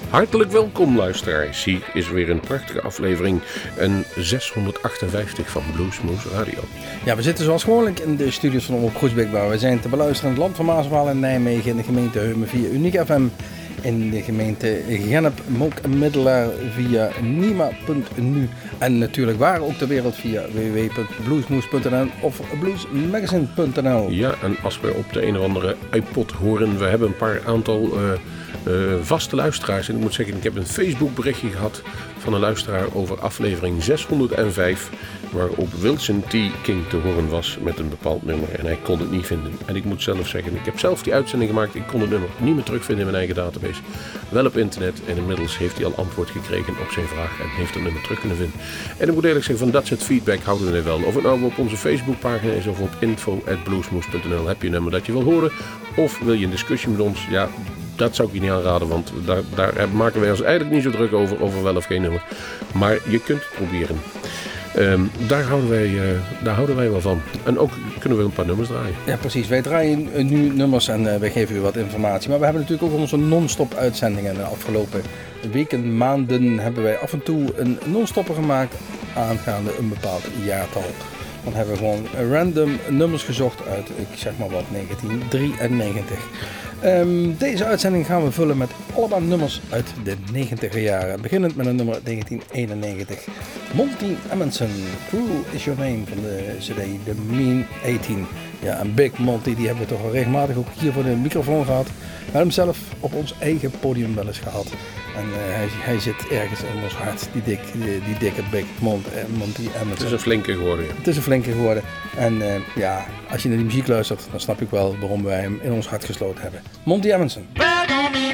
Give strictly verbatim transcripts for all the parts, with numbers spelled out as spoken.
Hartelijk welkom luisteraars, hier is weer een prachtige aflevering, een zeshonderdachtenvijftig van Bluesmoose Radio. Ja, we zitten zoals gewoonlijk in de studios van Omroep Groesbeek. We zijn te beluisteren in het land van Maaswaal en Nijmegen, in de gemeente Heumen via Uniek F M, in de gemeente Gennep, Molk en Middelaar via nima punt n u en natuurlijk waar ook ter wereld via w w w punt bluesmoose punt n l of bluesmagazine punt n l. Ja, en als we op de een of andere iPod horen, we hebben een paar aantal uh, uh, vaste luisteraars. En ik moet zeggen, ik heb een Facebook berichtje gehad van een luisteraar over aflevering zeshonderdvijf, waarop Wilson T. King te horen was met een bepaald nummer en hij kon het niet vinden. En ik moet zelf zeggen, ik heb zelf die uitzending gemaakt, ik kon het nummer niet meer terugvinden in mijn eigen database. Wel op internet en inmiddels heeft hij al antwoord gekregen op zijn vraag en heeft het nummer terug kunnen vinden. En ik moet eerlijk zeggen, van dat soort feedback houden we er wel. Of het nou op onze Facebookpagina is of op info at bluesmoose punt n l. Heb je een nummer dat je wil horen of wil je een discussie met ons? Ja, dat zou ik je niet aanraden, want daar, daar maken wij ons eigenlijk niet zo druk over, over wel of geen nummer. Maar je kunt het proberen. Um, daar, houden wij, uh, daar houden wij wel van. En ook kunnen we een paar nummers draaien. Ja, precies. Wij draaien uh, nu nummers en uh, wij geven u wat informatie. Maar we hebben natuurlijk ook onze non-stop uitzendingen. De afgelopen weken, maanden hebben wij af en toe een non-stopper gemaakt aangaande een bepaald jaartal. Dan hebben we gewoon random nummers gezocht uit, ik zeg maar wat, negentien drieënnegentig. Um, deze uitzending gaan we vullen met allemaal nummers uit de negentiger jaren. Beginnend met een nummer negentien eenennegentig. Monty Amundsen, Cruel Is Your Name van de cd The Mean achttien. Ja, en Big Monty, die hebben we toch al regelmatig ook hier voor de microfoon gehad. We hebben hem zelf op ons eigen podium wel eens gehad. En uh, hij, hij zit ergens in ons hart, die, dik, die, die dikke Big Monty, uh, Monty Amundsen. Het is een flinke geworden. Ja. Het is een flinke geworden. En uh, ja, als je naar die muziek luistert, dan snap ik wel waarom wij hem in ons hart gesloten hebben. Monty Amundsen. Bad on me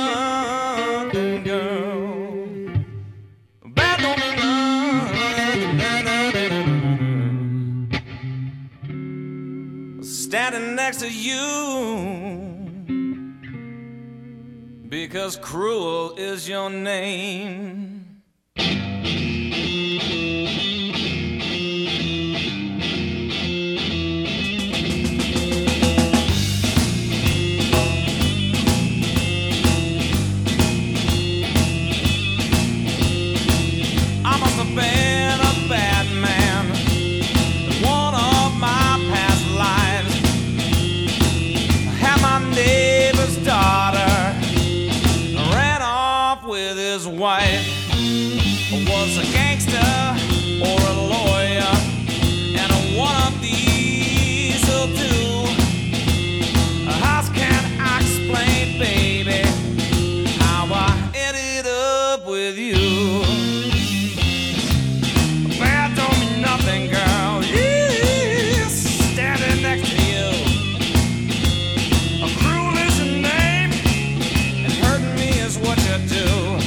London girl. Bad on me London. Standing next to you. Because cruel is your name. I must have been a bad man, one of my past lives. I had my neighbor's daughter, with his wife, was a gangster or a lawyer, and one of these will do. How can I explain, baby, how I ended up with you? Bad don't mean nothing, girl. Yeah, standing next to you. A cruel is your name, and hurting me is what you do.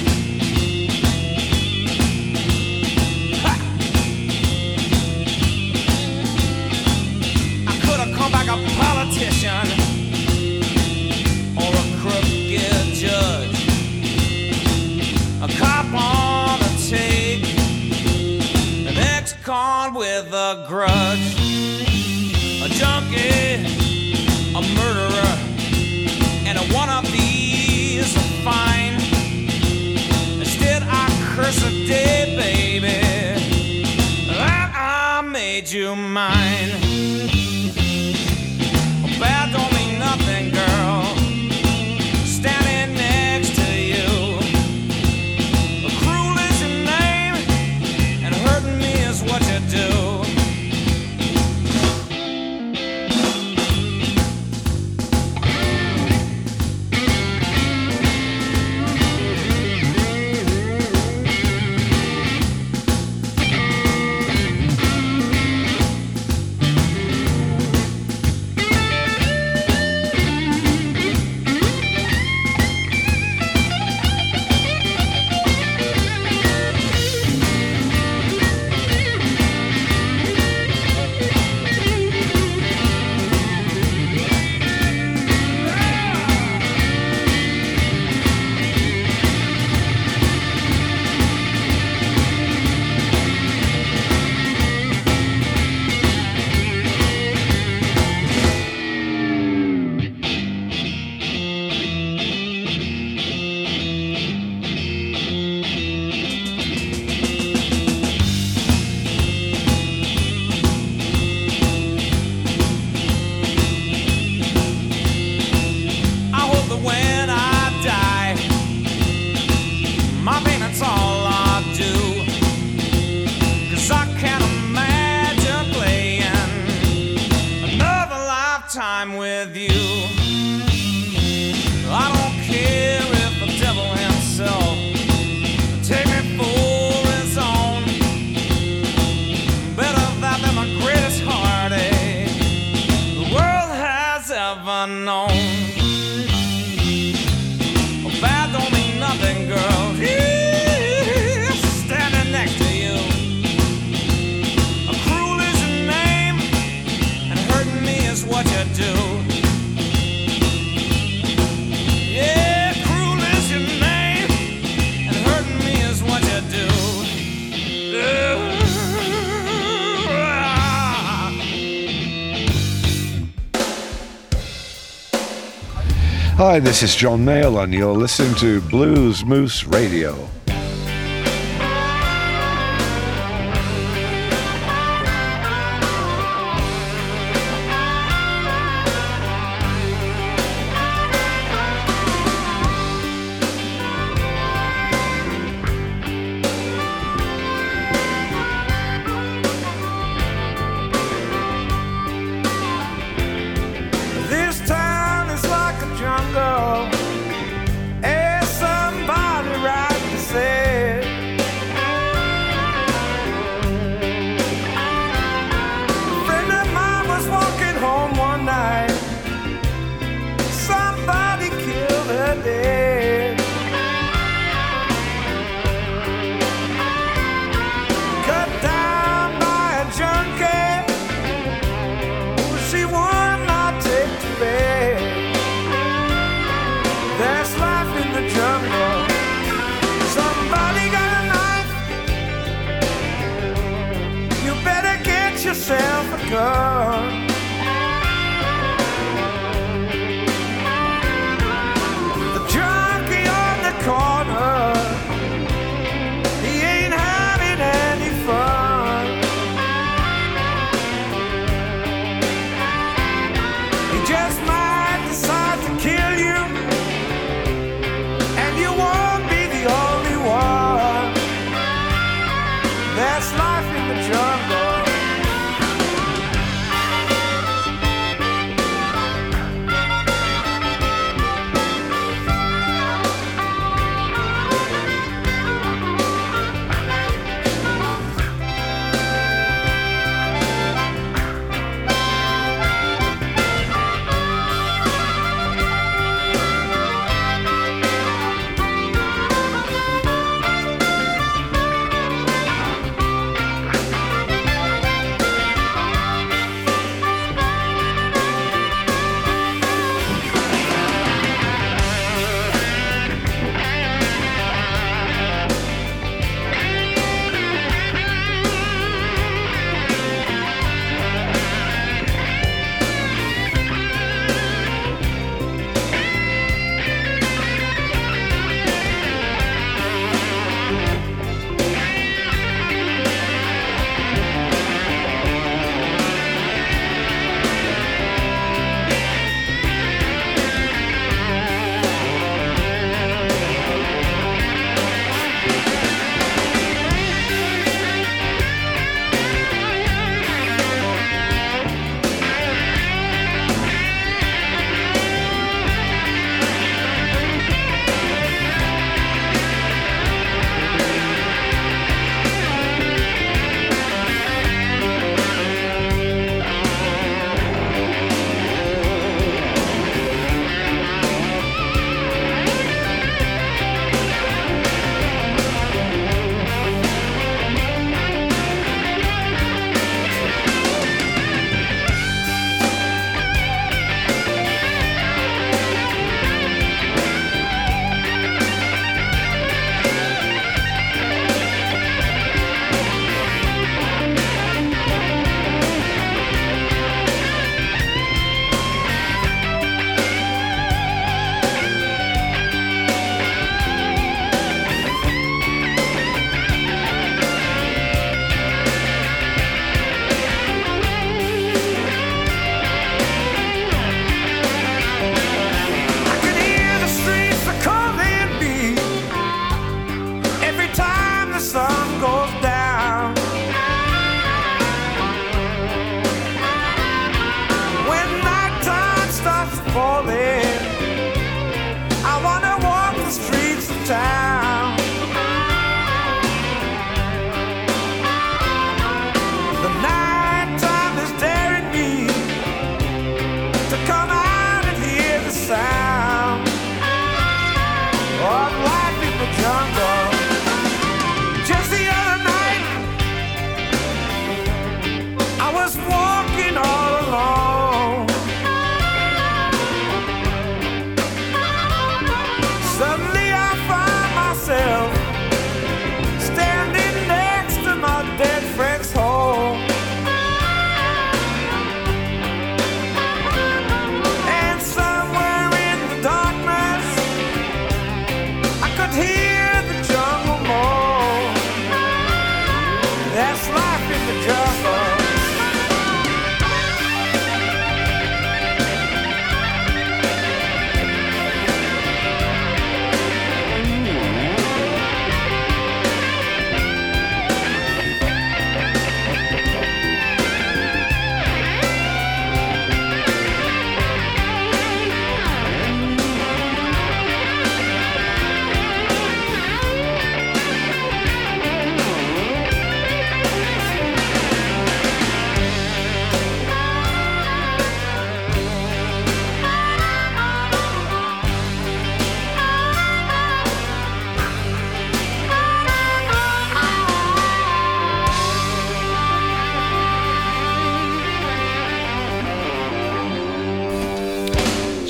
A politician or a crooked judge, a cop on a take, an ex-con with a grudge, a junkie, a murderer, and one of these are fine. Instead I curse a day, baby, that I made you mine. Bad don't mean nothing, girl. Standing next to you. Cruel is your name, and hurting me is what you do. Hi, this is John Mayall, and you're listening to Blues Moose Radio.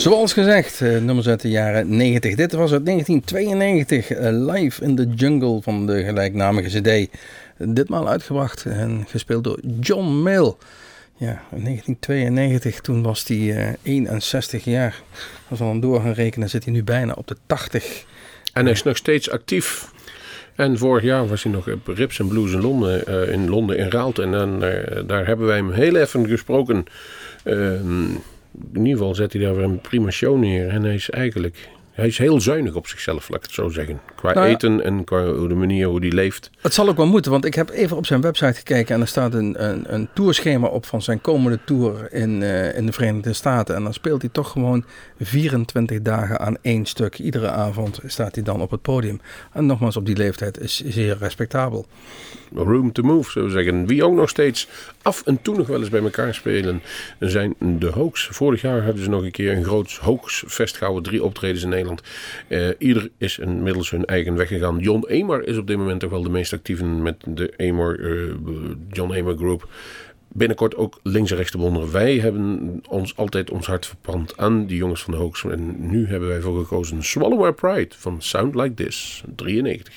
Zoals gezegd, uh, nummers uit de jaren negentig. Dit was uit negentien tweeënnegentig, uh, Live in the Jungle van de gelijknamige cd. Ditmaal uitgebracht en gespeeld door John Mayall. Ja, in negentien tweeënnegentig, toen was hij uh, eenenzestig jaar. Als we dan door gaan rekenen, zit hij nu bijna op de tachtig. En hij is nog steeds actief. En vorig jaar was hij nog op Rips and Blues in Londen, uh, in Londen in Raalte. En dan, uh, daar hebben wij hem heel even gesproken. Uh, in ieder geval zet hij daar weer een prima show neer. En hij is eigenlijk... Hij is heel zuinig op zichzelf, laat ik het zo zeggen. Qua nou ja, eten en qua de manier hoe hij leeft. Het zal ook wel moeten, want ik heb even op zijn website gekeken... en er staat een, een, een tourschema op van zijn komende tour in, uh, in de Verenigde Staten. En dan speelt hij toch gewoon vierentwintig dagen aan één stuk. Iedere avond staat hij dan op het podium. En nogmaals, op die leeftijd is zeer respectabel. Room to move, zou zeggen. Wie ook nog steeds af en toe nog wel eens bij elkaar spelen... zijn de Hoax. Vorig jaar hadden ze nog een keer een groot Hoax-fest gehouden. Drie optredens in Nederland. Uh, ieder is inmiddels hun eigen weg gegaan. John Amor is op dit moment toch wel de meest actieve met de Amor, uh, John Amor Group. Binnenkort ook links en rechts te bewonderen. Wij hebben ons altijd ons hart verpand aan die jongens van de Hoax. En nu hebben wij voor gekozen Swallow My Pride van Sound Like This, drieënnegentig.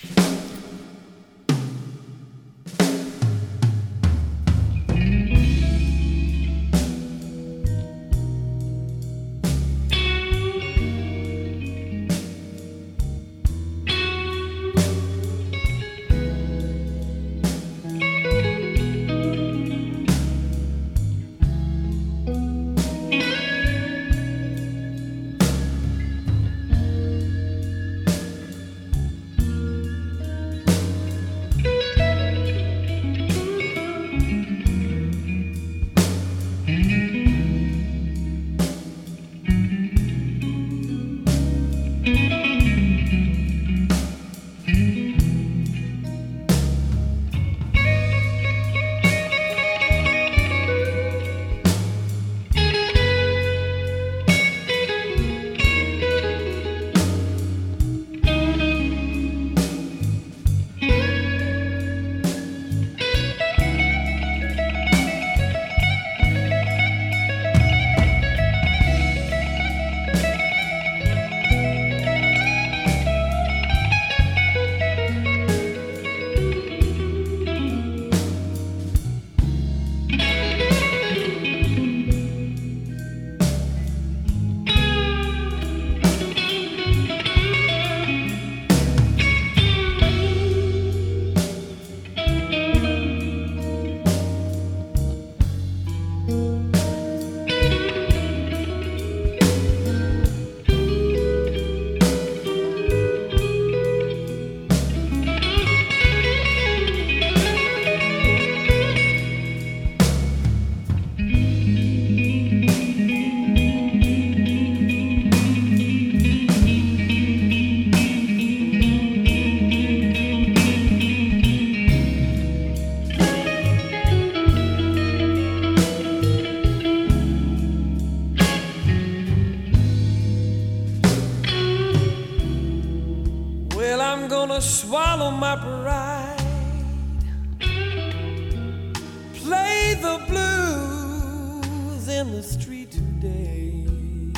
Swallow my pride, play the blues in the street today.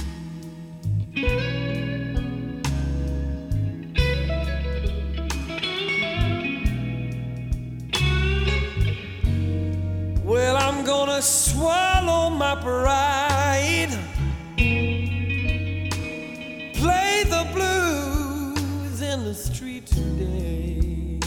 Well, I'm gonna swallow my pride, play the blues in the street today.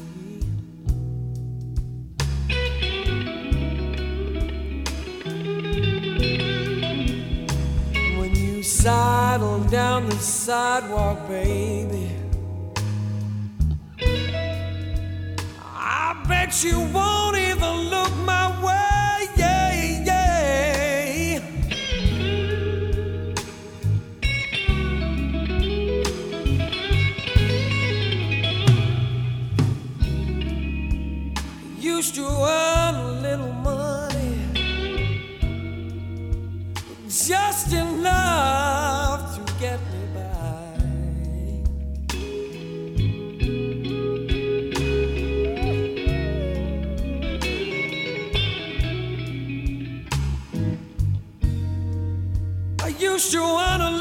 When you sidle down the sidewalk, baby, I bet you won't even look my way, yeah, yeah. Used to earn a little money, just enough to get me by. I used to earn a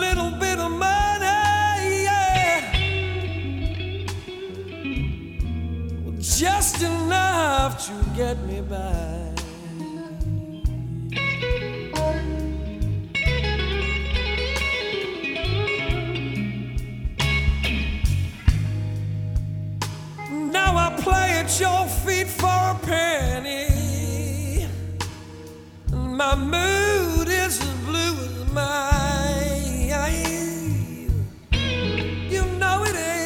just enough to get me by. Now I play at your feet for a penny. My mood is as blue as mine. You know it is.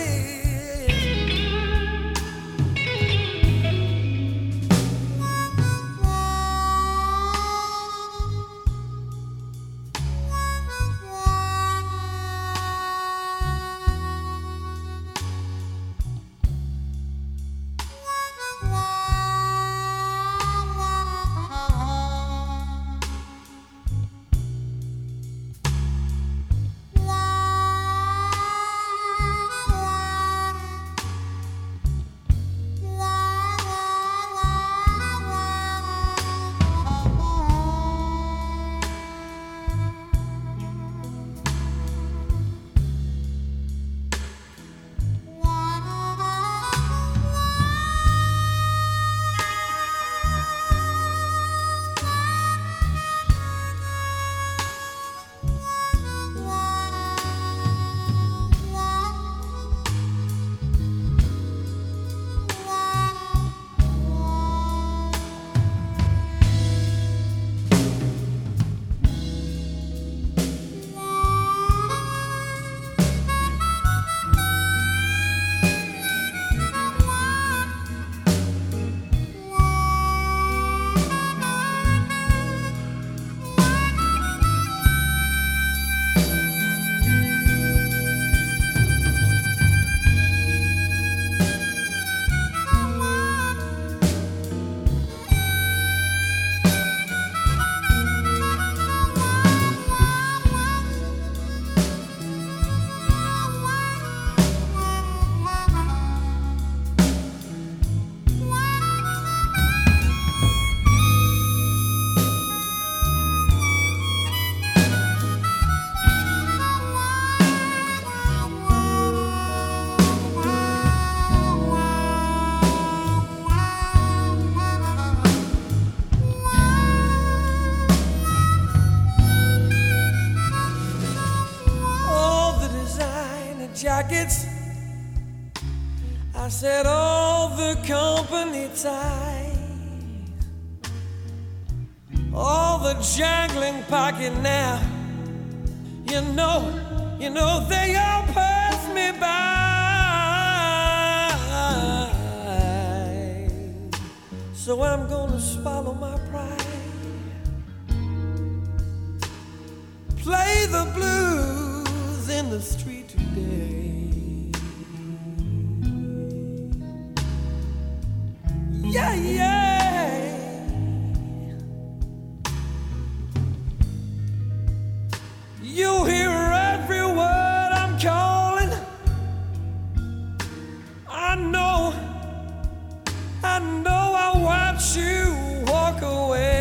Jackets, I said all the company ties, all the jangling pocket now, you know, you know they all pass me by. So I'm gonna swallow my pride, play the blues in the street today. Yeah, yeah. You hear every word I'm calling. I know, I know I watch you walk away.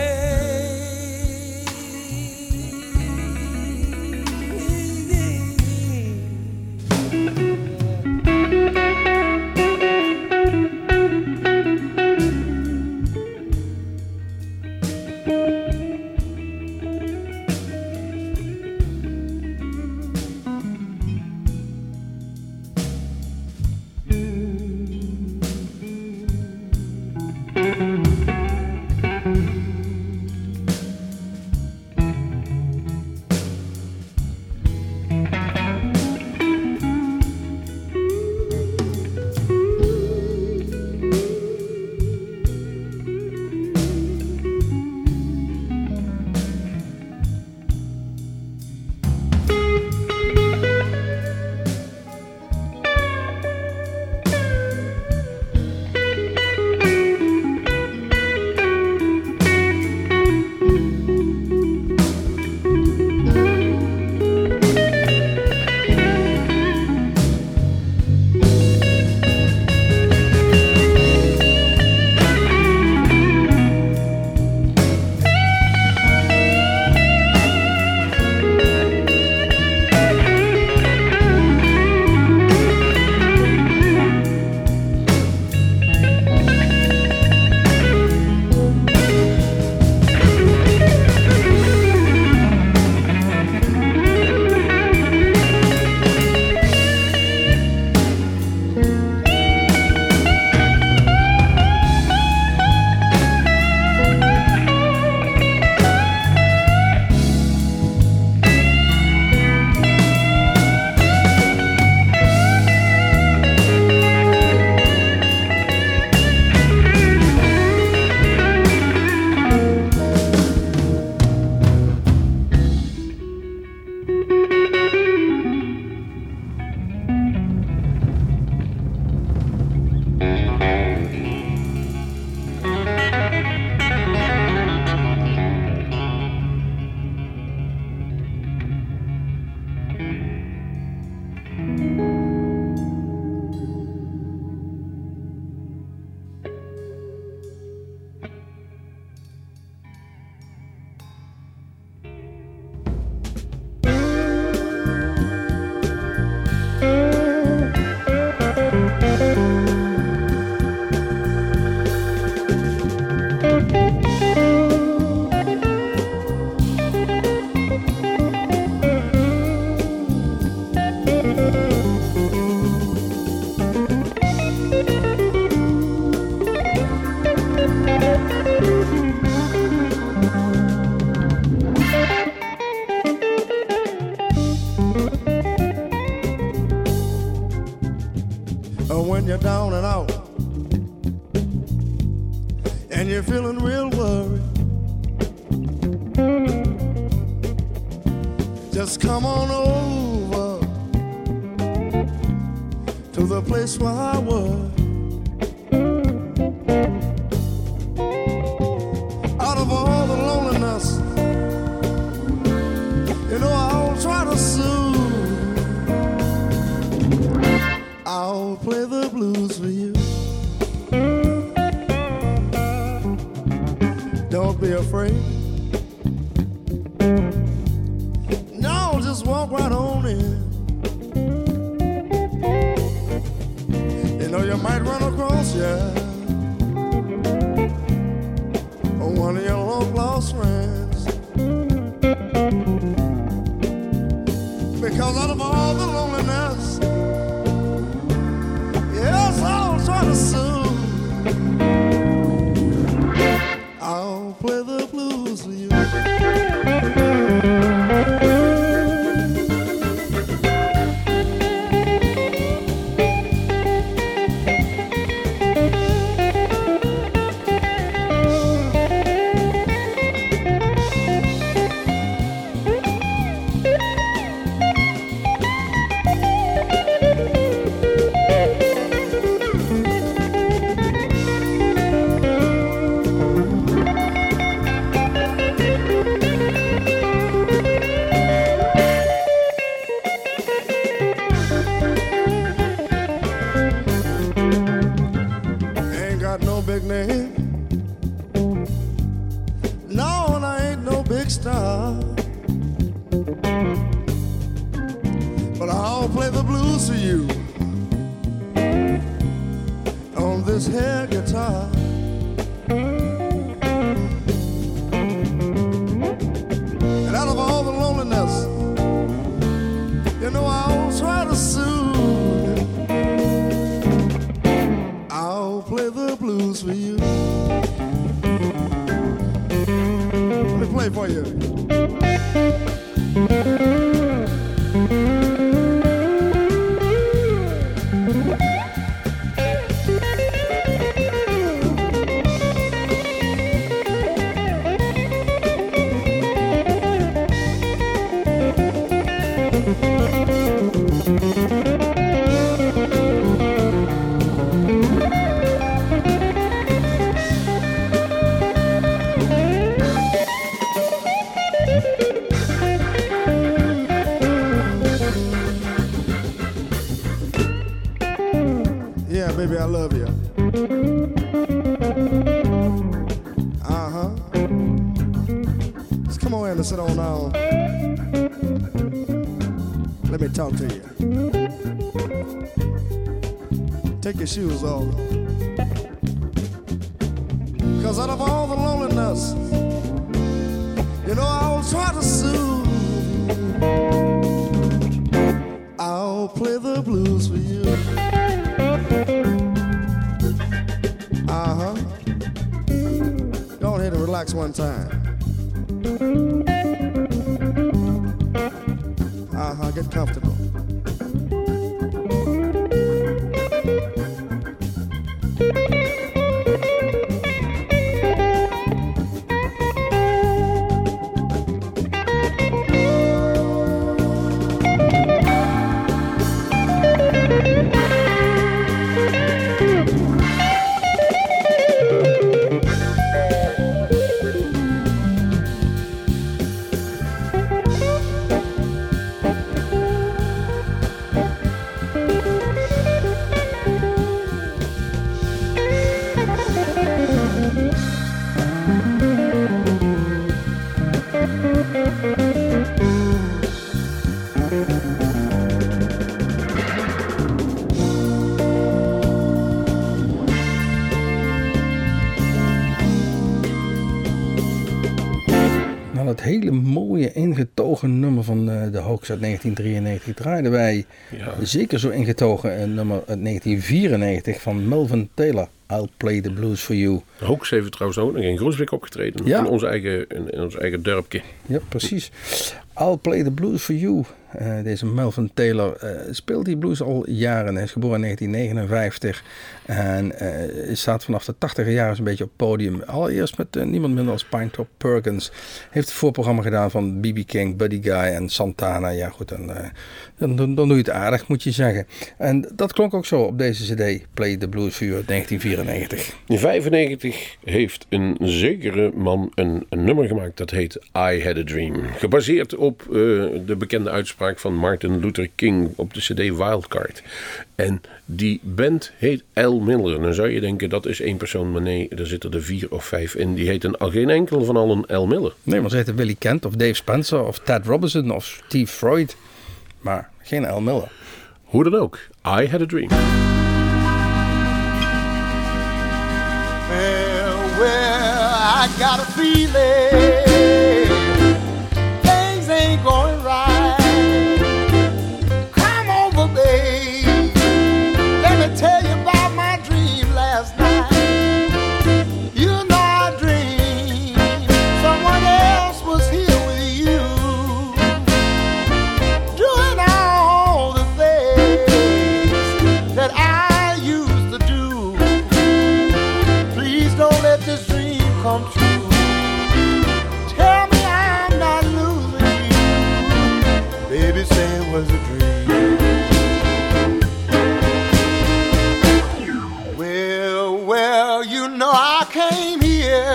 When you're down and out and you're feeling real worried, just come on over to the place where I was. Out of all the loneliness, you know I'll try to soothe. I'll play the blues for you. Don't be afraid. No, just walk right on in. You know you might run across, yeah, one of your long lost friends. Because out of all the loneliness, yes, I'll try to soothe. I'll play the blues for you. Big name. No, and I ain't no big star, but I'll play the blues for you on this here guitar. And out of all the loneliness, you know I'll try to soothe. I'll play the blues for you. Let me play for you. Yeah, baby, I love you. Uh-huh. Just come on in and sit on down. Let me talk to you. Take your shoes off. Cause out of all the loneliness, you know I'll try to soothe. I'll play the blues for you. Uh-huh. Go ahead and relax one time. Uh-huh, get comfortable. Dat hele mooie ingetogen nummer van uh, de Hoax uit negentien drieënnegentig draaiden wij. Ja. Zeker zo ingetogen een nummer uit negentien vierennegentig van Melvin Taylor. I'll Play the Blues for You. De Hoax heeft trouwens ook nog in Groesbeek opgetreden. Ja. In, ons eigen, in, in ons eigen dorpje. Ja, precies. I'll Play the Blues for You. Uh, deze Melvin Taylor uh, speelt die blues al jaren. Hij is geboren in negentien negenenvijftig. En uh, staat vanaf de tachtiger jaren een beetje op het podium. Allereerst met uh, niemand minder als Pinetop Perkins. Heeft het voorprogramma gedaan van B B King, Buddy Guy en Santana. Ja goed, dan, uh, dan, dan, dan doe je het aardig, moet je zeggen. En dat klonk ook zo op deze cd. Play the Blues for You uit negentien vierennegentig. In vijfennegentig heeft een zekere man een, een nummer gemaakt dat heet I Had a Dream. Gebaseerd op uh, de bekende uitspraak van Martin Luther King op de cd Wildcard. En die band heet Al Miller. Dan zou je denken dat is één persoon, maar nee, er zitten er vier of vijf in. Die heten al geen enkel van allen Al Miller. Nee, maar ze heten Willie Kent of Dave Spencer of Ted Robinson of Steve Freud. Maar geen Al Miller. Hoe dan ook, I Had a Dream. Well, well, I got a feeling things ain't going right. Come over, babe. Let me tell you about my dream last night. You know I dreamed someone else was here with you, doing all the things that I used to do. Please don't let this dream come true. Tell me I'm not losing you. Baby, say it was a dream. Well, well, you know I came here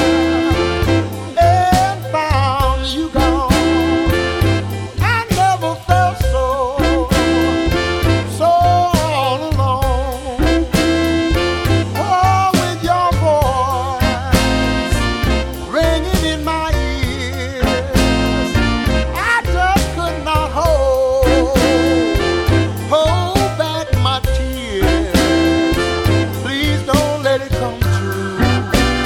and found you gone. I never felt so, so all alone. Oh, with your voice ringing in my ears, I just could not hold, hold back my tears. Please don't let it come true.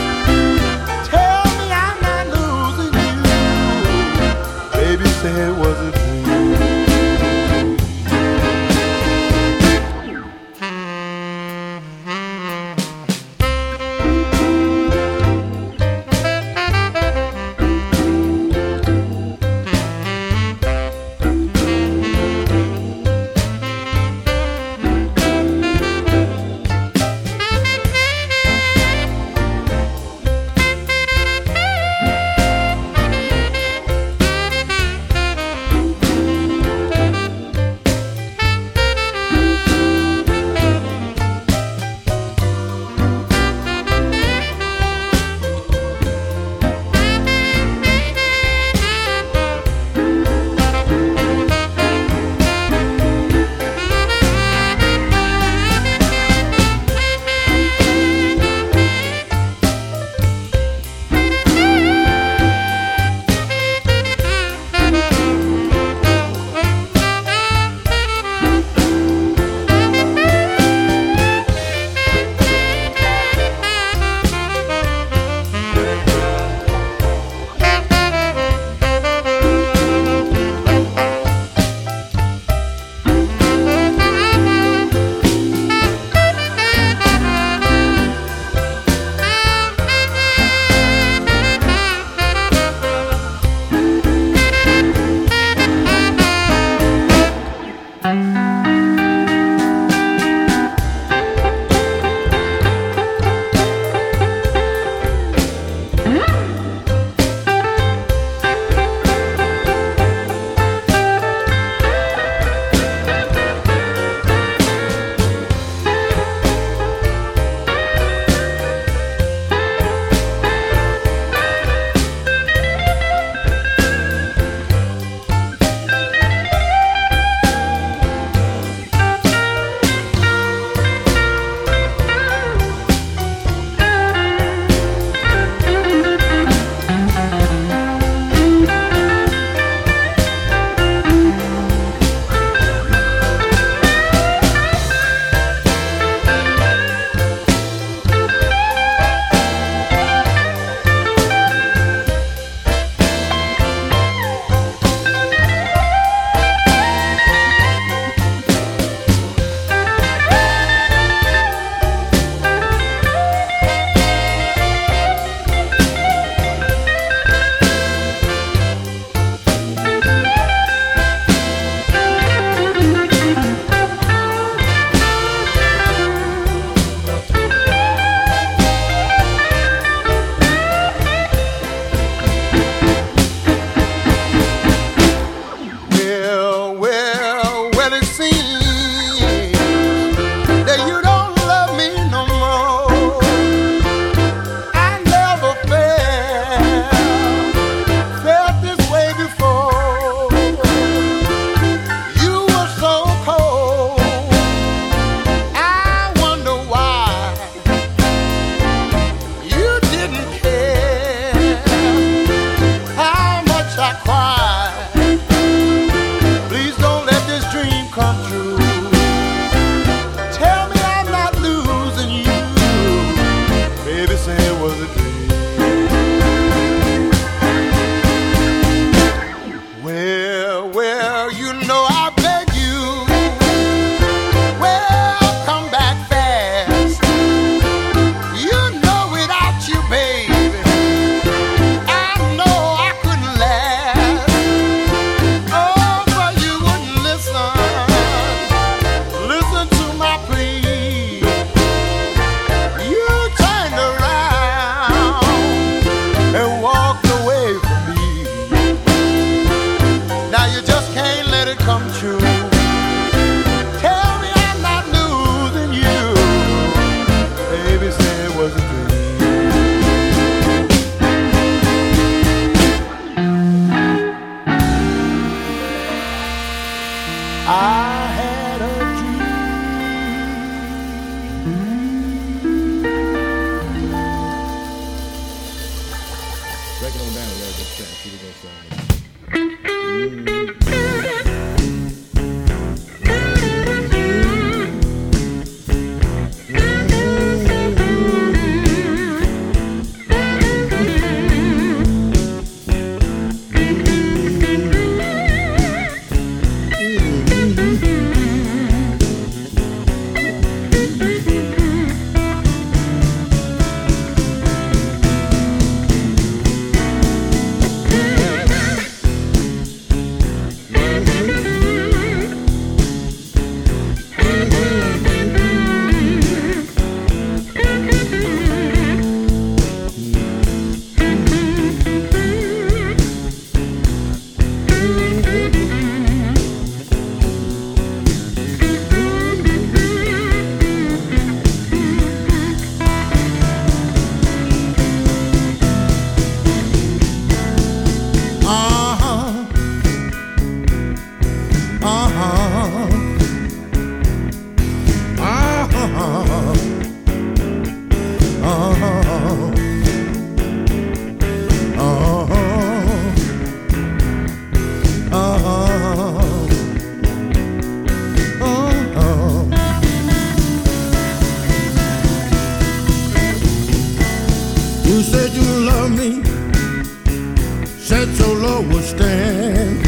said you love me, said so love would stand.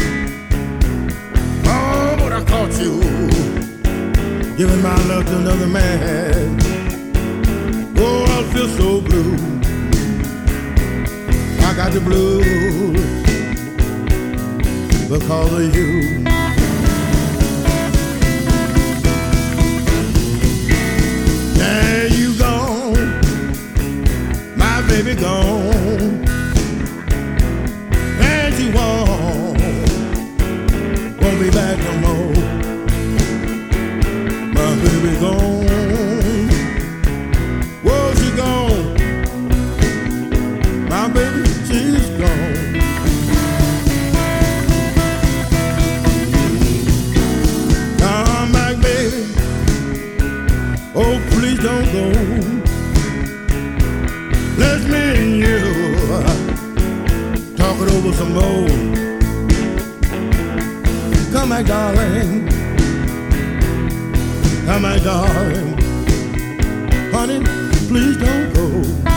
Oh, but I caught you giving my love to another man. Oh, I feel so blue. I got the blues because of you. There you gone, my baby gone, and you won't, won't be back no more. My baby gone, whoa, she gone, my baby, she's gone. Come back, baby, oh please don't go. Let's me and you talk it over some more. Come back, darling, come back, darling, honey, please don't go.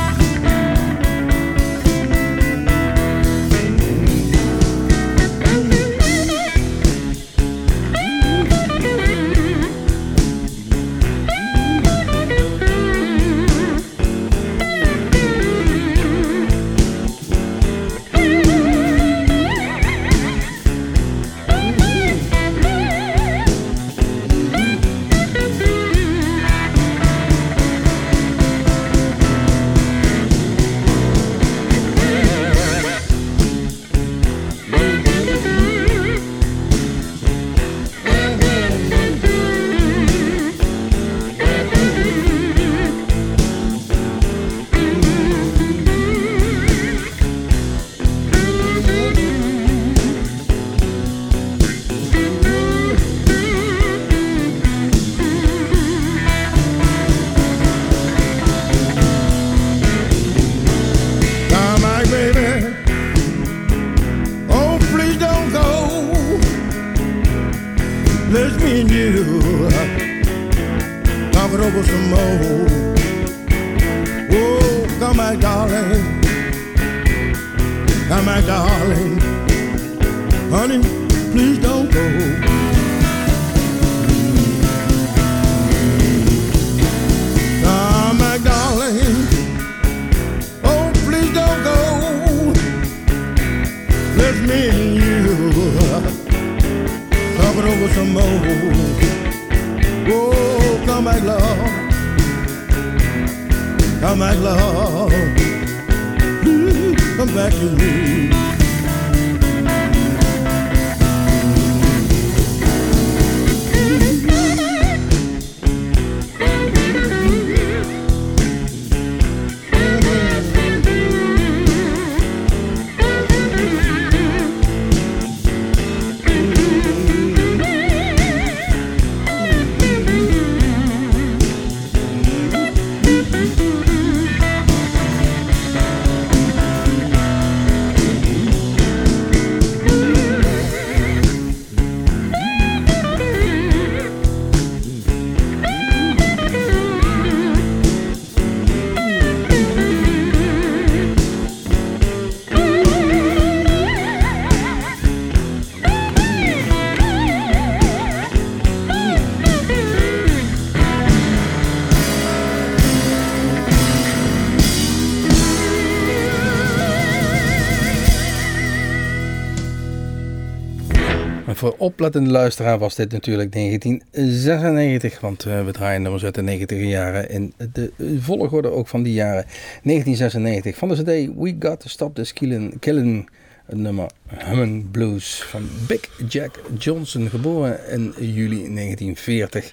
Voor oplettende luisteraar was dit natuurlijk negentien zesennegentig, want uh, we draaien nummers uit de negentiger jaren in de volgorde ook van die jaren. negentien zesennegentig van de C D We Got to Stop This Killing, Killing het nummer Humming Blues van Big Jack Johnson, geboren in juli negentien veertig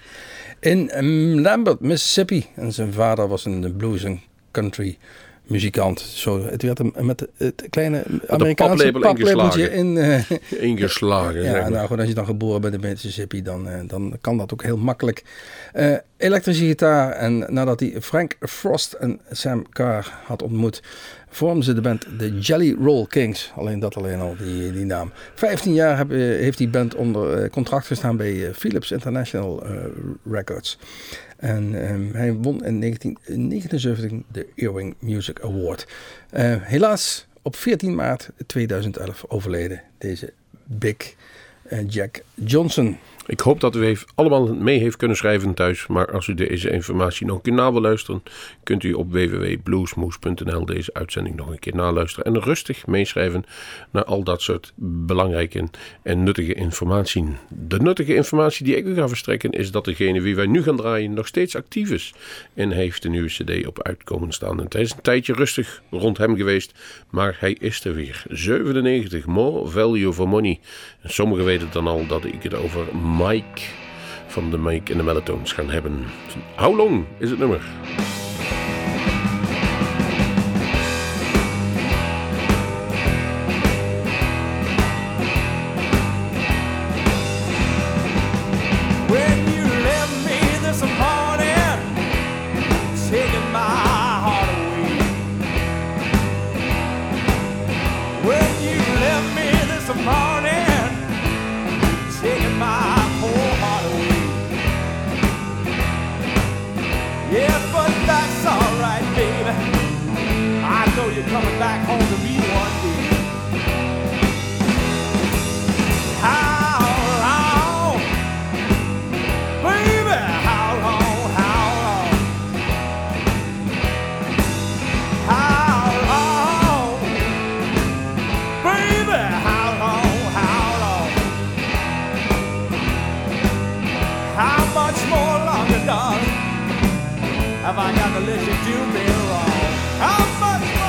in Lambert, Mississippi. En zijn vader was een blues en country muzikant. Zo, het werd hem met het kleine Amerikaanse paplabeltje in uh, ingeslagen. Ja, zeg maar. nou goed, als je dan geboren bent in Mississippi, dan, uh, dan kan dat ook heel makkelijk. Uh, elektrische gitaar, en nadat hij Frank Frost en Sam Carr had ontmoet, vormden ze de band de Jelly Roll Kings. Alleen dat alleen al, die, die naam. vijftien jaar heb, heeft die band onder uh, contract gestaan bij uh, Philips International uh, Records. En um, hij won in negentien negenenzeventig de Earwig Music Award. Uh, helaas op veertien maart tweeduizend elf overleden deze Big uh, Jack Johnson. Ik hoop dat u heeft, allemaal mee heeft kunnen schrijven thuis. Maar als u deze informatie nog een keer na wil luisteren, kunt u op w w w punt bluesmoose punt n l deze uitzending nog een keer naluisteren. En rustig meeschrijven naar al dat soort belangrijke en nuttige informatie. De nuttige informatie die ik u ga verstrekken is dat degene wie wij nu gaan draaien nog steeds actief is. En heeft een nieuwe cd op uitkomen staan. En het is een tijdje rustig rond hem geweest, maar hij is er weer. zevenennegentig, More Value for Money. En sommigen weten dan al dat ik het over Mike van de Mike en de Mellowtones gaan hebben. How Long is het nummer? Coming back home to me one day. How long, baby? How long? How long? How long, baby? How long? How long? How much more longer, darling, have I got to let you do me wrong? How much more?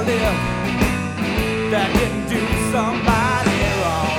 lip that didn't do somebody wrong.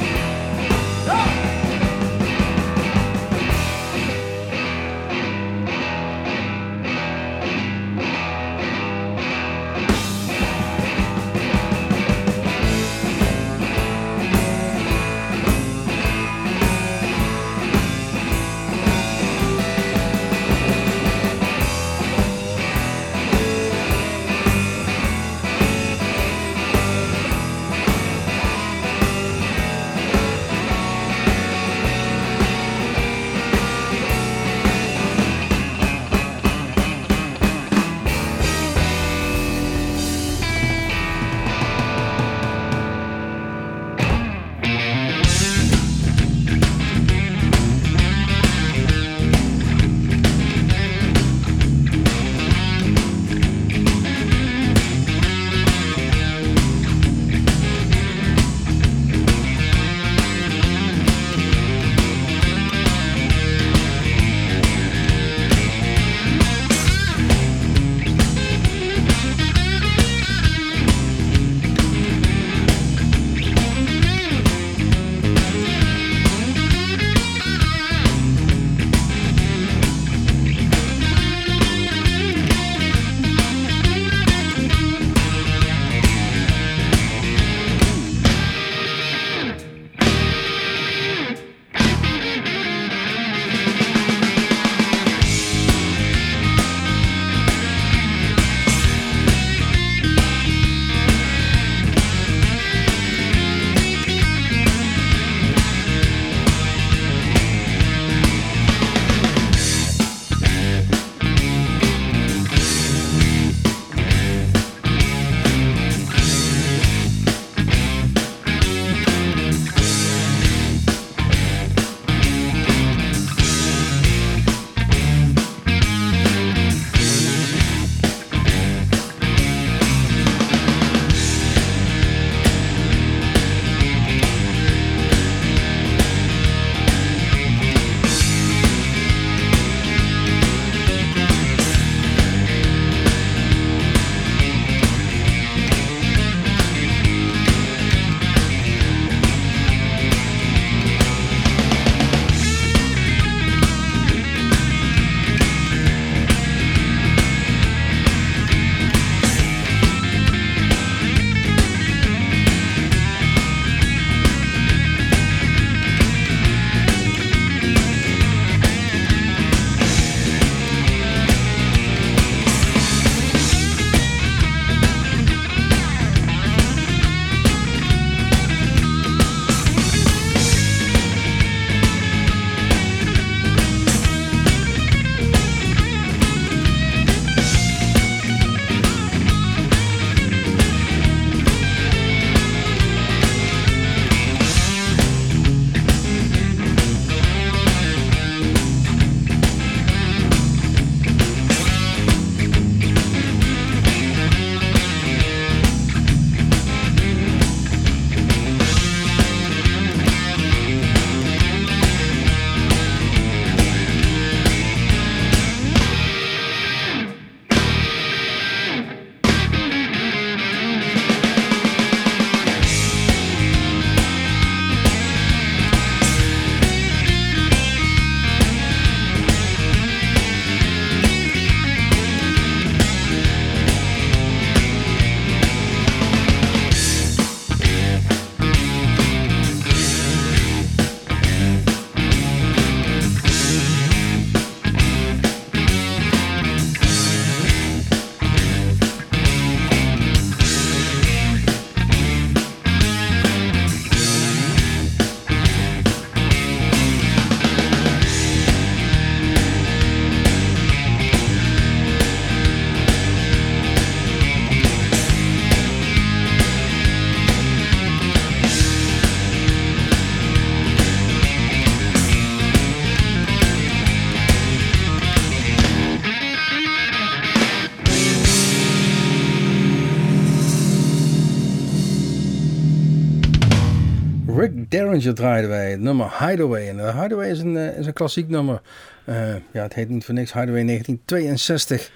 Rick Derringer draaiden wij, het nummer Hideaway. En uh, Hideaway is een, uh, is een klassiek nummer. Uh, ja, het heet niet voor niks Hideaway negentien tweeënzestig.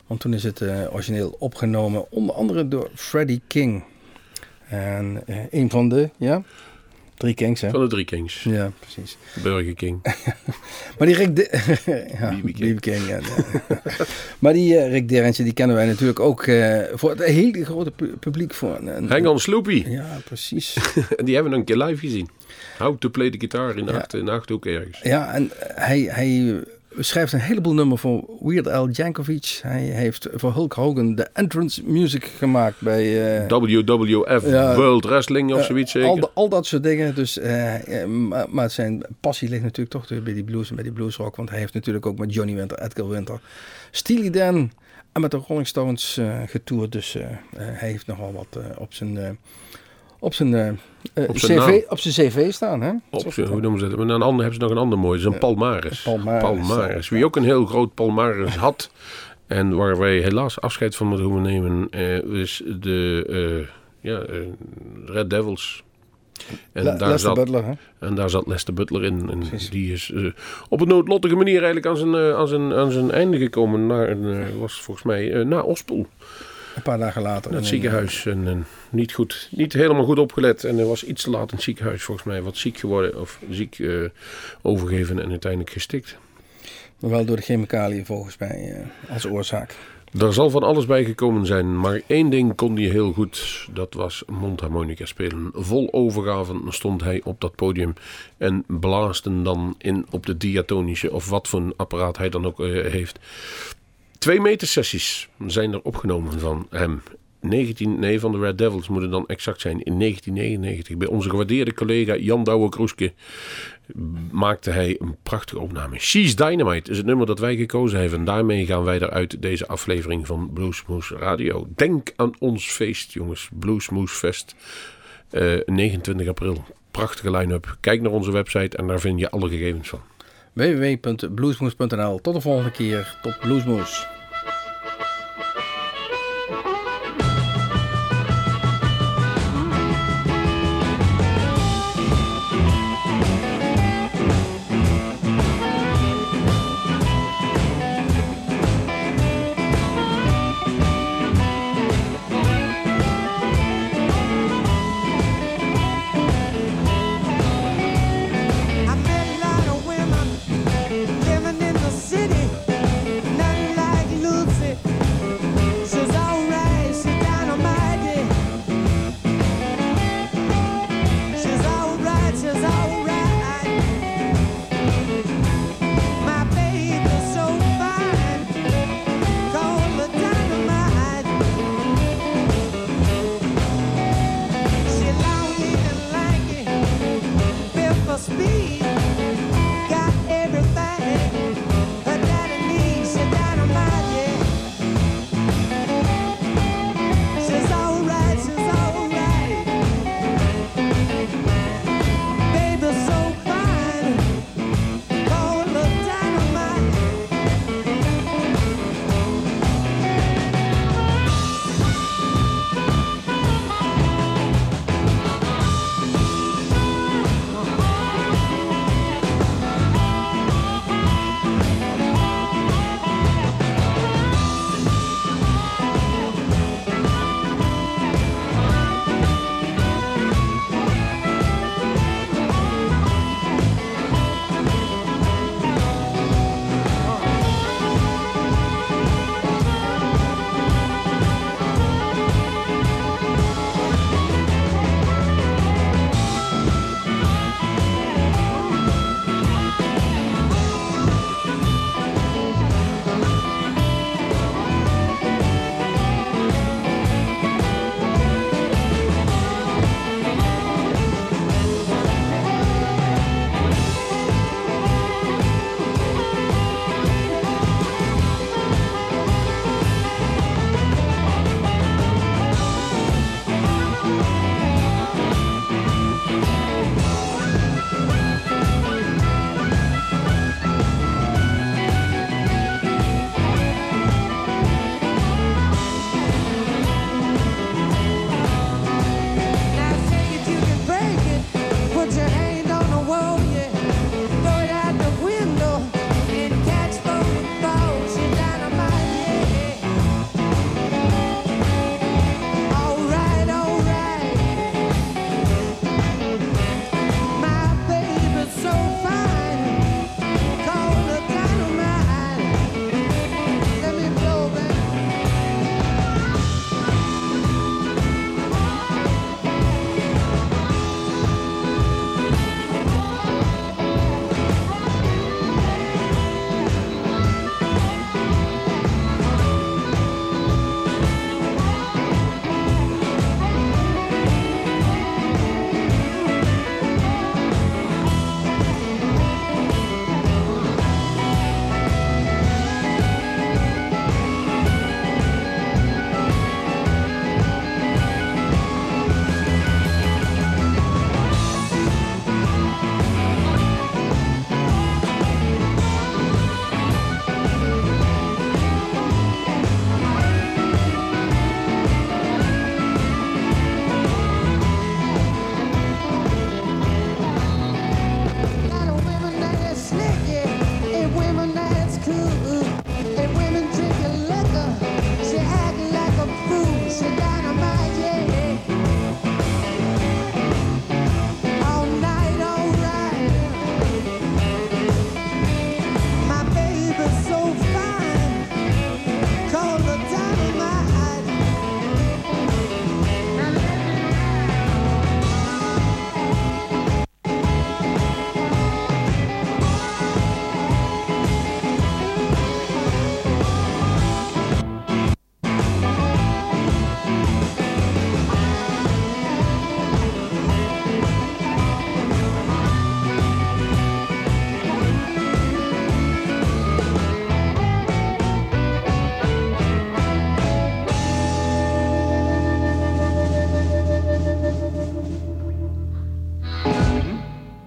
Want toen is het uh, origineel opgenomen, onder andere door Freddie King. En uh, een van de, ja, drie Kings, hè? Van de drie Kings. Ja, precies. Burger King. Maar die Rick... De- ja, B B King. King, ja. ja. Maar die uh, Rick Derrentje, die kennen wij natuurlijk ook uh, voor het hele grote pu- publiek. Voor een, Hang on Sloopy. Ja, precies. En die hebben we een keer live gezien. How to play the guitar in de, ja. acht, in de Achterhoek ergens. Ja, en hij... hij schrijft een heleboel nummer voor Weird Al Yankovic. Hij heeft voor Hulk Hogan de entrance music gemaakt bij... Uh, W W F, ja, World Wrestling of uh, zoiets zeker. Al, de, al dat soort dingen. Dus, uh, maar, maar zijn passie ligt natuurlijk toch bij die blues en bij die bluesrock. Want hij heeft natuurlijk ook met Johnny Winter, Edgar Winter, Steely Dan en met de Rolling Stones uh, getoerd. Dus uh, uh, hij heeft nogal wat uh, op zijn... Uh, Op zijn, uh, uh, op, zijn C V, op zijn cv staan, hè? Op zijn, hoe noemen ze dat? Maar een ander hebben ze nog een ander mooi. Dat is een ja. palmares. Palmares. Palmares. Wie ook een heel groot palmares had. En waar wij helaas afscheid van moeten hoeven nemen. Uh, is de uh, ja, uh, Red Devils. En Le- daar Lester zat, Butler, hè? En daar zat Lester Butler in. En die is uh, op een noodlottige manier eigenlijk aan zijn, uh, aan zijn, aan zijn einde gekomen. Na, uh, was volgens mij uh, na Ospel. Een paar dagen later. Naar het ziekenhuis. En, en niet, goed, niet helemaal goed opgelet. En hij was iets te laat in het ziekenhuis volgens mij. Wat ziek geworden of ziek uh, overgegeven en uiteindelijk gestikt. Maar wel door de chemicaliën volgens mij uh, als oorzaak. Er zal van alles bij gekomen zijn. Maar één ding kon hij heel goed. Dat was mondharmonica spelen. Vol overgave stond hij op dat podium. En blaasten dan in op de diatonische. Of wat voor een apparaat hij dan ook uh, heeft. Twee meter sessies zijn er opgenomen van hem. negentien, nee, van de Red Devils moet het dan exact zijn. In negentien negenennegentig. Bij onze gewaardeerde collega Jan Douwe-Kroeske maakte hij een prachtige opname. She's Dynamite is het nummer dat wij gekozen hebben. En daarmee gaan wij eruit deze aflevering van Bluesmoose Radio. Denk aan ons feest, jongens. Bluesmoose Fest. Uh, negenentwintig april. Prachtige line-up. Kijk naar onze website en daar vind je alle gegevens van. w w w punt bluesmoose punt n l. Tot de volgende keer. Tot Bluesmoose.